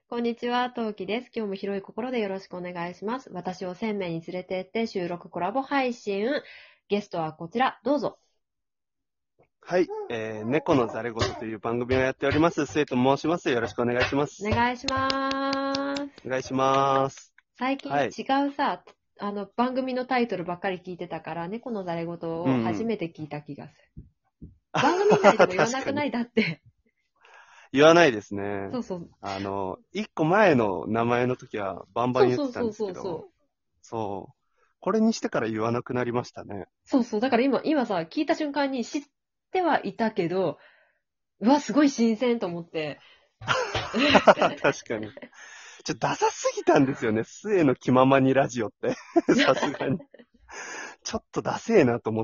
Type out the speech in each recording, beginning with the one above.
こんにちは、トウキです。今日も広い心でよろしくお願いします。私を1000名に連れてって収録コラボ配信。ゲストはこちら、どうぞ。 はい、猫のざれ言という番組をやっております、末と申します。よろしくお願いします。 お願いします。 お願いします。 最近はい。 違うさ、番組のタイトルばっかり聞いてたから、猫のざれ言を初めて聞いた気がする。番組内でも言わなくない？だって。 言わないですね。 そうそう。 一個前の名前の時はバンバン言ってたんですけど、そう。これにしてから言わなくなりましたね。 そうそう。だから今さ、聞いた瞬間に知ってはいたけど、うわ、すごい新鮮と思って。 確かに。ダサすぎたんですよね。末の気ままにラジオって。さすがに。ちょっとダセーなと思って、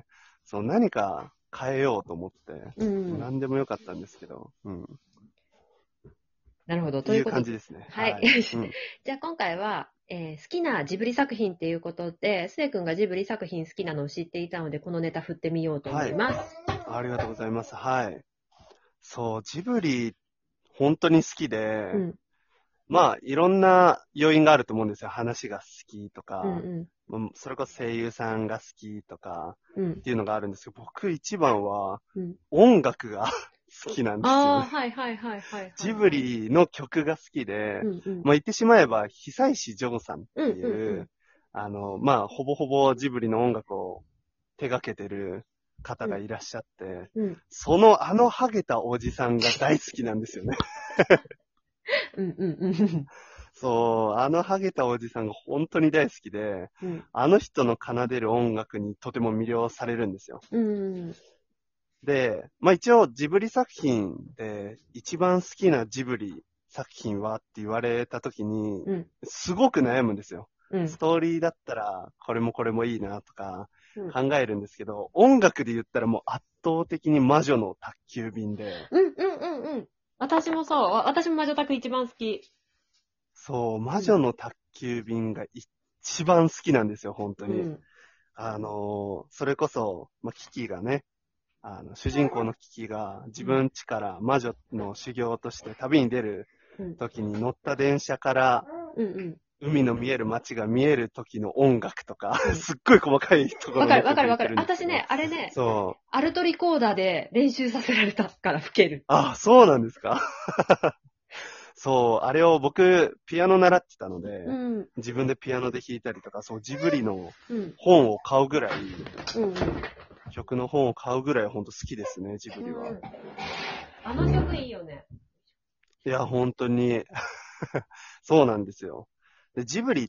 そう、何か変えようと思って、 うん。 何でもよかったんですけど、うん。 なるほど。といういうことで。 感じですね。 はい。 はい。うん。 じゃあ今回は、好きなジブリ作品っていうことで、スエ君がジブリ作品好きなのを知っていたので、このネタ振ってみようと思はい。 います。 ありがとうございます。はい。そう、ジブリ、本当に好きで、 うん。 まあ、いろんな要因があると思うんですよ。話が好きとうんか、 うそれこそ声優さんが好きとか、 ん。うん。 っていうのがあるんですけど、僕一番はうん。 音楽が好きなんですよああ、 ね。 はいはいはいはいはジい。 ブリの曲が好きで、 うんうん。 まあ言ってしまえば、久石譲さんってうんうんいう、 うん。 まあほぼほぼジブリの音楽を手掛けてる方うんがいらっしゃって、 うんそのハゲたおじさんが大好きなんですよね。 うんうんうんそう、ハゲたおじさんが本当に大好きで、 うんあの人の奏でる音楽にとても魅了されるんですよ。 うんで、まあ一応ジブリ作品で一番好きなジブリ作品はって言われた時に、 うんすごく悩むんですよ。 うんストーリーだったらこれもこれもいいなとかうん考えるんですけど、音楽で言ったらもう圧倒的に魔女の宅急便で、 うんうん。私もそう。私も魔女宅一番好き。 そう、魔うん女の宅急便が一番好きなんですよ、本当に。 うんそれこそ、まあ、キキがね、主人公のキキが自分家から魔女の修行として旅に出るうん時に乗った電車からうん海の見える街が見える時の音楽とか、 うん。 すっごい細かいとこわかるろのこと言ってわかるわかる。 るんですけど、 私ね、あれね、 そう。 アルトリコーダーで練習させられたから吹ける。 あ、そうなんですか。そう、あれを僕、ピアノ習ってたので、 うん。 自分でピアノで弾いたりとか、そう、ジブリのうん。 本を買うぐらい、 うん。 曲の本を買うぐらい本当好きですね、ジブリは。 うん。あの曲いいよね。 いや、本当にそうなんですよ。で、ジブリって、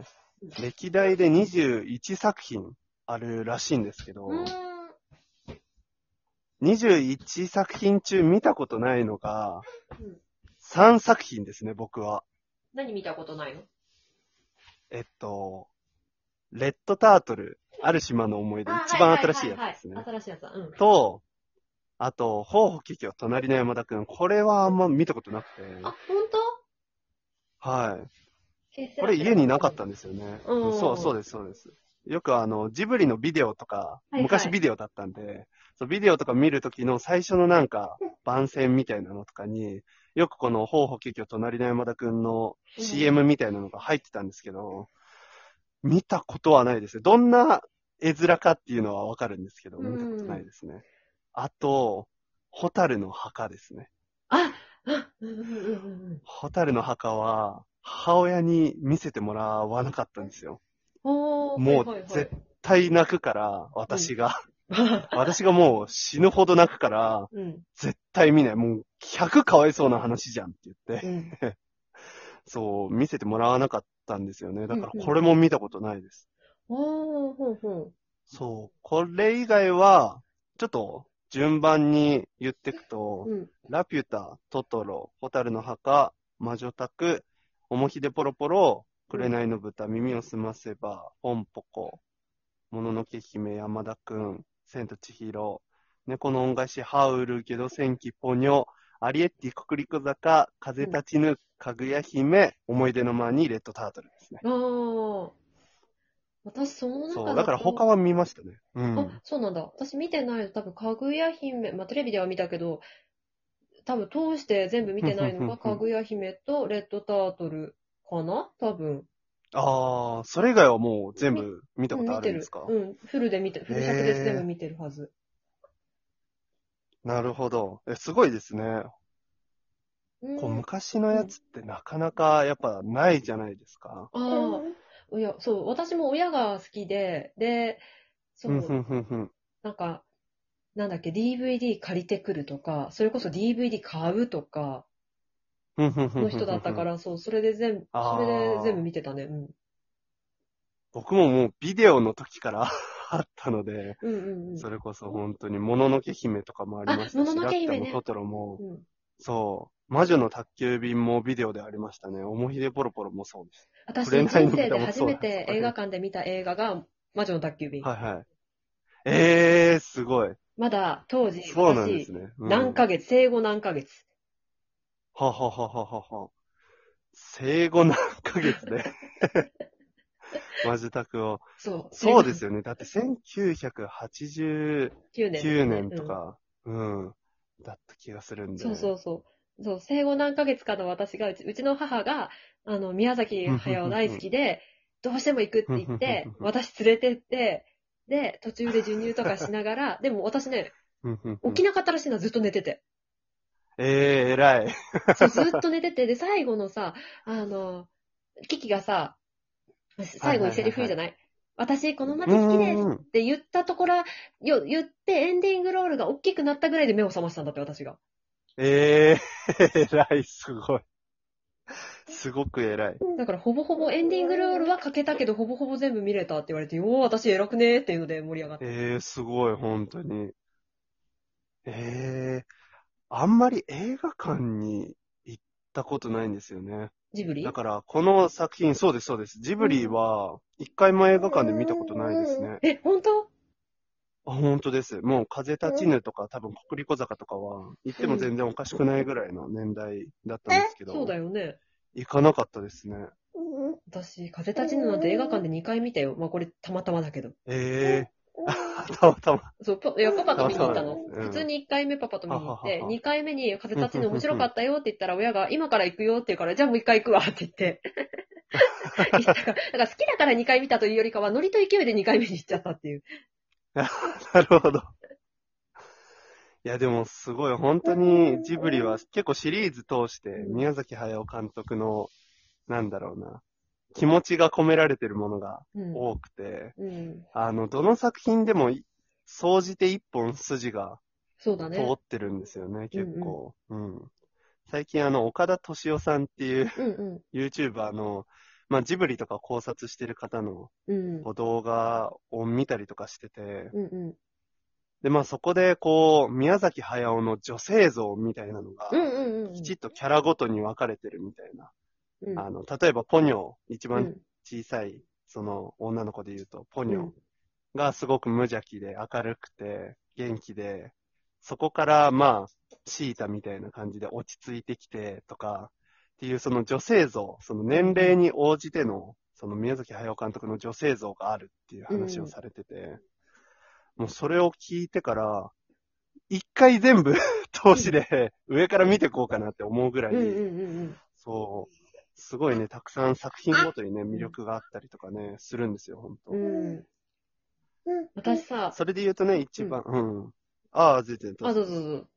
歴代で21作品あるらしいんですけうーん。 ど、21作品中見たことないのが、 うん。 3作品ですね、僕は。 何見たことないの？ えっと、レッドタートル、ある島の思い出、一はいはい番新しいはいはい。 やつですね。 新しいやつだ。うん。 と、あと、ほうほけきょ、隣の山田くん。これはあんま見たことなくて、 あ、ほんと？ はい。 ケセこれラセラだ。 家になかったんですよね。 うん。 そうです、そうです。よくジブリのビデオとか、 はいはい。 昔ビデオだったんで、そうビデオとか見るときの最初のなんか、番宣みたいなのとかに、よくこの、ほうほけきょ、隣の山田くんの CM みたいなのが入ってたんですけど、見たことはないですね。どんな絵面かっていうのはわかるんですけど、 う見たことないん。 ですね。あと、ホタルの墓ですね。 あ、うん。 ホタルの墓は、母親に見せてもらわなかったんですよ。 おー、はいもうはいはい。 絶対泣くから、 うん。 私が。私がもう死ぬほど泣くから、 うん。 絶対見ない。もう100かわいそうな話じゃんって言って。 うん。 そう、見せてもらわなかったんですよね。だからこれうん。 も見たことないです。 おー、ほうほそう、これ以外は、ちょっと順番に言っていくう。 と、 うん。 ラピュタ、トトロ、ホタルの墓、魔女宅、おもひでポロポロ、 うん。 紅の豚、耳をすませば、ポンポコ、もののけ姫、山田くん、千と千尋、猫の恩返し、ハウル、ゲド戦記、ポニョ、アリエッティ、国立坂、風立ちぬ、かぐや姫、思い出の間にレッドタートルですね。 おー。私、そのそう、だ中だと、 から他は見ましたね。うあ、 ん。 そうなんだ。私見てないの。多分、かぐや姫、まあ、テレビでは見たけど、 多分通して全部見てないのが、 ふんふんふんふんかぐや姫とレッドタートルかな多分。 ああ、それ以外はもう全部見たうん、 こと見てる。 あるんですか？ うん、フルで見て、フル尺で全部見てるはず。 なるほど。すごいですね。こううん。 昔のやつってなかなかやっぱないじゃないですか。 ああ、いや、そう、私も親が好きで、 ふんふそう、 んふんふん。 なんか、なんだっけ、DVD 借りてくるとか、それこそ DVD 買うとかふんふんふんのふんふんふん。 人だったから、そう、それで全部ああ、 見てたね。うん。 僕ももうビデオの時からあったので、 うんうんうん。 それこそ本当にもののけ姫とかもありあ、 ましたし、 もののラけ姫ね。 ピュタもトトロも、 うん。 そう、魔女の宅急便もビデオでありましたね。おもひでポロポロもそうです。 私、 紅人生での豚もそうだ、そ初めてこら辺。 映画館で見た映画が魔女の宅急便。 はいはい。ええー、すごい。 まだ当時、 そうなんです私、 ね。うん。 何ヶ月、生後何ヶ月。 はははははは。生後何ヶ月でマジタクを。 そう、生後そうですよね。だって1989 9年ですね。うん。 年とか、うん、だった気がするんで。 そうそうそう。そう、生後何ヶ月かの私が、うちの母が、宮崎ふんふん駿大ふんふん。 好きで、どうしても行くってふんふんふんふん言って、 ふん。 私連れてって、で、途中で授乳とかしながら、でも私ね、 ふんふんふん。 起きなかったらしいのはずっと寝てて。 ええー、偉い。 そう、ずっと寝てて、で、最後のさ、キキがさ、 はい最後にセはいはいはい。 リフ言うじゃない？私、このうん街好きですっうんうん。 て言ったところ、言って、エンディングロールが大きくなったぐらいで目を覚ましたんだって、私が。 ええー、偉い、すごい。すごく偉い。 だから、ほぼほぼエンディングロールはかけたけど、ほぼほぼ全部見れたって言われて、おー、私偉くねーっていうので盛り上がった。 ええー、すごい、本当に。ええー、あんまり映画館に行ったことないんですよね。 ジブリ。 だから、この作品、そうです、そうです。ジブリうん。 は、一回も映画館で見たことないですね。 え、本当？ あ、本当です。もう、風立ちぬとか、多分、国立小坂とかは、行ってもうん。 全然おかしくないぐらいの年代だったんですけそうだど、 よね。 行かなかったですね。 私、風立ちぬなんて映画館で2回見たよ。まあ、これ、たまたまだけど。 ええー、たまたま、 そう、いや、パパとたまたま見に行ったの。 なんですね。うん。 普通に1回目パパと見はに行って、 ははは。 2回目に風ふん立ちぬ面ふんふんふん。 白かったよって言ったら親が今から行くよって言うから、じゃあもう1回行くわって言って。行ったから、だから好きだから2回見たというよりかは、ノリと勢いで2回目に行っちゃったっていう。 なるほど。いや、でもすごい、本当にジブリは結構シリーズ通してうん。 宮崎駿監督の、なんだろうな、気持ちが込められてるものがうん。 多くて、 うん。 どの作品でも総じて一本筋が通そうだね。 ってるんですよね、 うんうん。 結構。うん。最近岡田敏夫さんっていううんう YouTuber の、まあジブリとか考察してる方のん。うん。 こう動画を見たりとかしてて、 うんうん。 で、まあそこでこう、宮崎駿の女性像みたいなのうんが、 うんうんきちっとキャラごとに分かれてるみたいな。 うん。 例えばポニョ、一番うん。 小さい、その女の子で言うと、ポニョうん。 がすごく無邪気で明るくて元気で、そこからまあ、シータみたいな感じで落ち着いてきてとか、っていうその女性像、その年齢に応じての、その宮崎駿監督の女性像があるっていううん。 話をされてて、もうそれを聞いてから、一回全部通しで上から見てこうかなって思うぐらい、 うんうんうんそう、すごいね、たくさん作品ごとにね、 うん。 魅力があったりとかね、するんですよ、ほんうと。 ん。私さ、 それで言うとね、 うん。 一番、うん。ああ、全然どうあ、 ぞどうぞ。 どうぞどうぞ。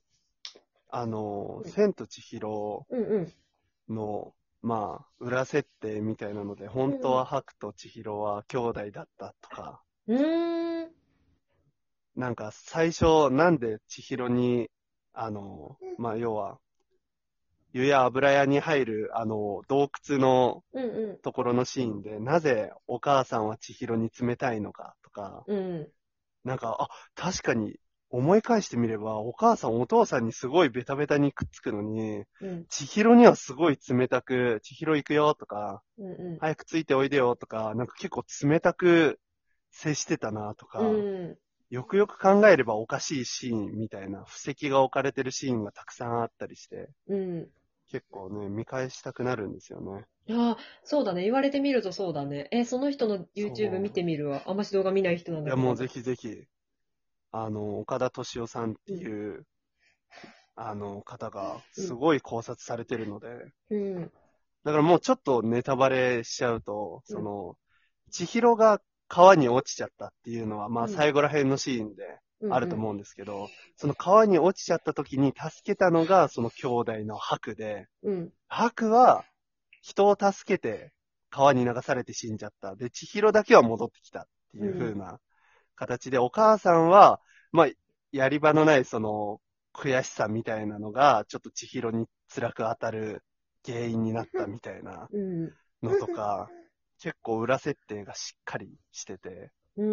千と千尋うんうん。 の、まあ、裏設定みたいなので、本当は白と千尋は兄弟だったとか、 うん。うーん。 なんか最初、なんで千尋に、まあ、要は、湯や油屋に入る、洞窟のうんうところのシーンで、なぜお母さんは千尋に冷たいのかとか、 ん。うん。 なんか、あ、確かに思い返してみれば、お母さんお父さんにすごいベタベタにくっつくのに、 うん。 千尋にはすごい冷たく、千尋行くよとか、 うんう早くついておいでよとか、なんか結構冷たく接してたなとん。うか、 ん。 よくよく考えればおかしいシーンみたいな、布石が置かれてるシーンがたくさんあったりして、 うん。 結構ね、見返したくなるんですよね。 ああ、そうだね。言われてみるとそうだね。その人の YouTube 見そう。 てみるわ。あんまし動画見ない人なんいや、 だけど。 もうぜひぜひ、岡田敏夫さんってうん。 いう、 方がすごい考察されてるので、 うん。 だからもうちょっとネタバレしちゃうと、千尋が川に落ちちゃったっていうのは、まあ最後ら辺のシーンであると思うんですけど、その川に落ちちゃった時に助けたのがその兄弟の白で、白は人を助けて川に流されて死んじゃった。で、千尋だけは戻ってきたっていう風な形で、お母さんは、まあ、やり場のないその悔しさみたいなのが、ちょっと千尋に辛く当たる原因になったみたいなのとか、結構裏設定がしっかりしてて、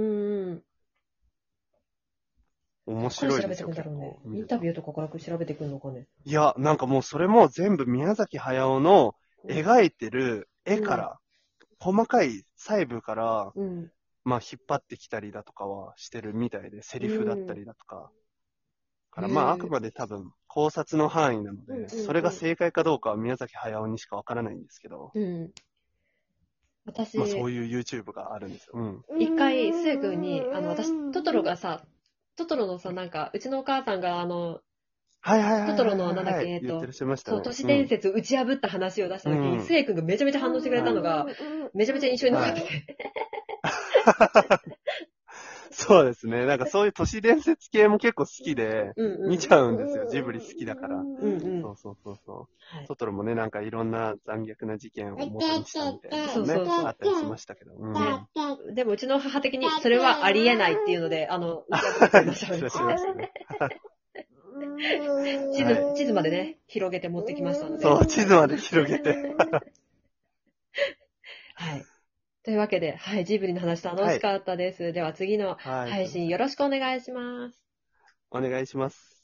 面白いですよ、結構。 インタビューとかから調べてくるのかね。 いや、なんかもうそれも全部宮崎駿の描いてる絵から、細かい細部から、まあ引っ張ってきたりだとかはしてるみたいで、セリフだったりだとか。からまああくまで多分考察の範囲なので、それが正解かどうかは宮崎駿にしかわからないんですけど、 私、 まあそういう YouTube があるんですよ。 一回、スエ君に、私、トトロのさ、なんか、うちのお母さんがトトロのなんだっけ、 言ってらっしゃいましたね。 都市伝説打ち破った話を出した時に、スエ君がめちゃめちゃ反応してくれたのが、めちゃめちゃ印象に残ってて。 そうですね。なんかそういう都市伝説系も結構好きで、見ちゃうんですよ。ジブリ好きだから。そう。トトロもね、なんかいろんな残虐な事件を元にしたみたいなのね、あったりしましたけど。 でもうちの母的に、それはありえないっていうので、打ち破ってくれましたね。地図までね、広げて持ってきましたので。 そう、地図まで広げて。 はい。というわけで、ジブリの話楽しかったです。では次の配信よろしくお願いします。 お願いします。